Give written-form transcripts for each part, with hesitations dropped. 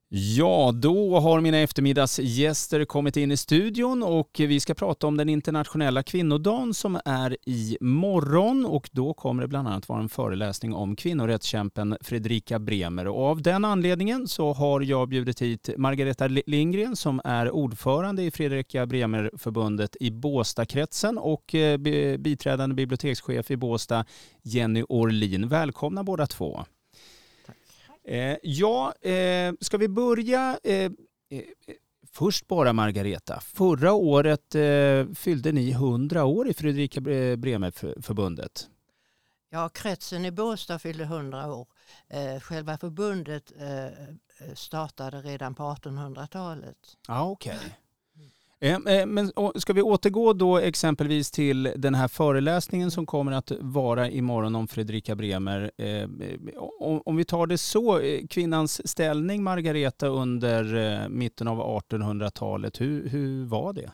Ja, då har mina eftermiddagsgäster kommit in i studion och vi ska prata om den internationella kvinnodagen som är i morgon, och då kommer det bland annat vara en föreläsning om kvinnorättskämpen Fredrika Bremer. Och av den anledningen så har jag bjudit hit Margareta Lindgren som är ordförande i Fredrika Bremer-förbundet i Båstadkretsen och biträdande bibliotekschef i Båstad, Jenny Orlin. Välkomna båda två. Ska vi börja först bara Margareta. Förra året fyllde ni 100 år i Fredrika Bremer-förbundet. Ja, kretsen i Båstad fyllde 100 år. Själva förbundet startade redan på 1800-talet. Ja, okej. Men ska vi återgå då exempelvis till den här föreläsningen som kommer att vara imorgon om Fredrika Bremer. Om vi tar det så, kvinnans ställning, Margareta, under mitten av 1800-talet, hur var det?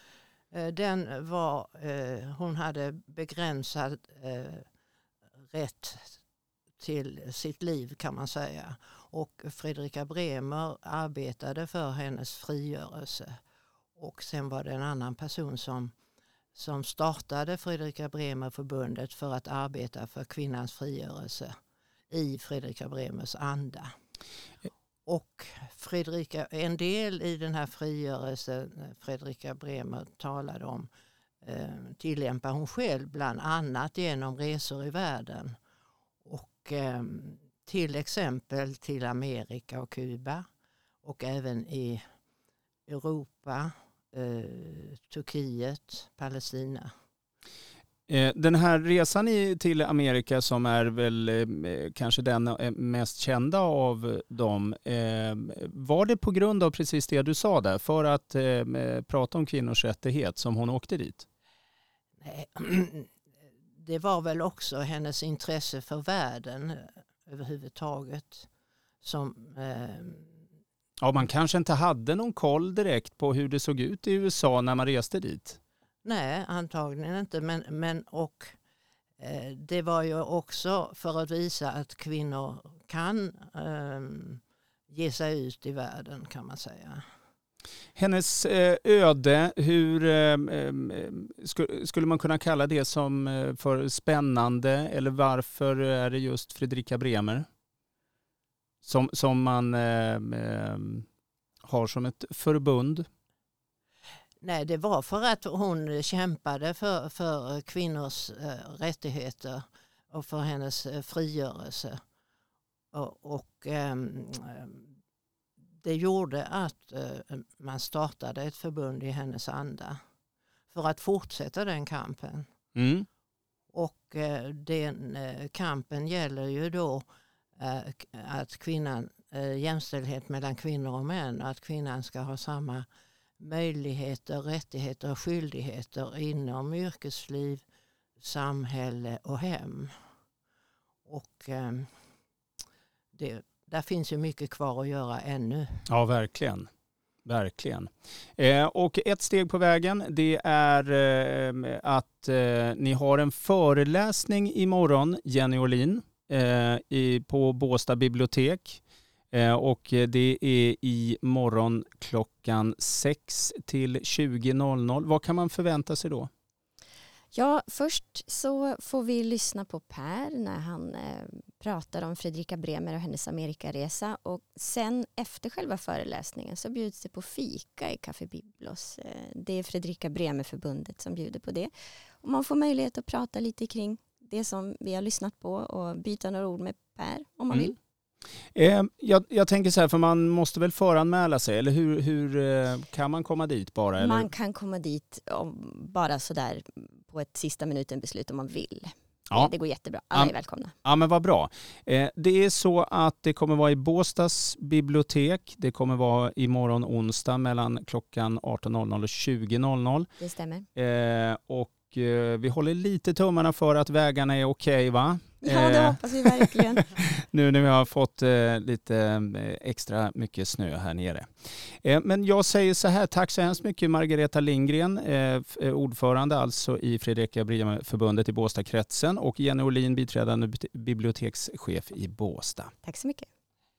Hon hade begränsad rätt till sitt liv, kan man säga. Och Fredrika Bremer arbetade för hennes frigörelse. Och sen var det en annan person som startade Fredrika Bremer-förbundet för att arbeta för kvinnans frigörelse i Fredrika Bremers anda. Och en del i den här frigörelsen Fredrika Bremer talade om tillämpar hon själv bland annat genom resor i världen. Och till exempel till Amerika och Kuba och även i Europa, Turkiet, Palestina. Den här resan till Amerika som är väl kanske den mest kända av dem, var det på grund av precis det du sa där, för att prata om kvinnors rättighet som hon åkte dit? Nej, det var väl också hennes intresse för världen överhuvudtaget som... Ja, man kanske inte hade någon koll direkt på hur det såg ut i USA när man reste dit. Nej, antagligen inte. Men det var ju också för att visa att kvinnor kan ge sig ut i världen, kan man säga. Hennes öde, hur skulle man kunna kalla det som för spännande? Eller varför är det just Fredrika Bremer som man har som ett förbund? Nej, det var för att hon kämpade för kvinnors rättigheter och för hennes frigörelse. Och det gjorde att man startade ett förbund i hennes anda för att fortsätta den kampen. Mm. Och den kampen gäller ju då att jämställdhet mellan kvinnor och män, att kvinnan ska ha samma möjligheter, rättigheter och skyldigheter inom yrkesliv, samhälle och hem. Och där finns ju mycket kvar att göra ännu. Ja, verkligen. Verkligen. Och ett steg på vägen, det är att ni har en föreläsning imorgon, Jenny Orlin, på Båstad bibliotek. Och det är imorgon klockan 6 till 20.00. Vad kan man förvänta sig då? Ja, först så får vi lyssna på Per när han pratar om Fredrika Bremer och hennes Amerikaresa. Och sen efter själva föreläsningen så bjuds det på fika i Café Biblos. Det är Fredrika Bremer-förbundet som bjuder på det. Och man får möjlighet att prata lite kring det som vi har lyssnat på och byta några ord med Per om man vill. Jag tänker så här, för man måste väl föranmäla sig, eller hur kan man komma dit bara? Eller? Man kan komma dit bara sådär på ett sista minuten beslut om man vill. Ja. Det går jättebra. Alla är välkomna. Ja, men vad bra. Det är så att det kommer vara i Båstads bibliotek. Det kommer vara imorgon onsdag mellan klockan 18.00 och 20.00. Det stämmer. Och vi håller lite tummarna för att vägarna är okej, va? Ja, det hoppas vi verkligen. Nu när vi har fått lite extra mycket snö här nere. Men jag säger så här, tack så hemskt mycket Margareta Lindgren, ordförande alltså i Fredrika Bremer-förbundet i Båstadkretsen, och Jenny Orlin, biträdande bibliotekschef i Båstad. Tack så mycket.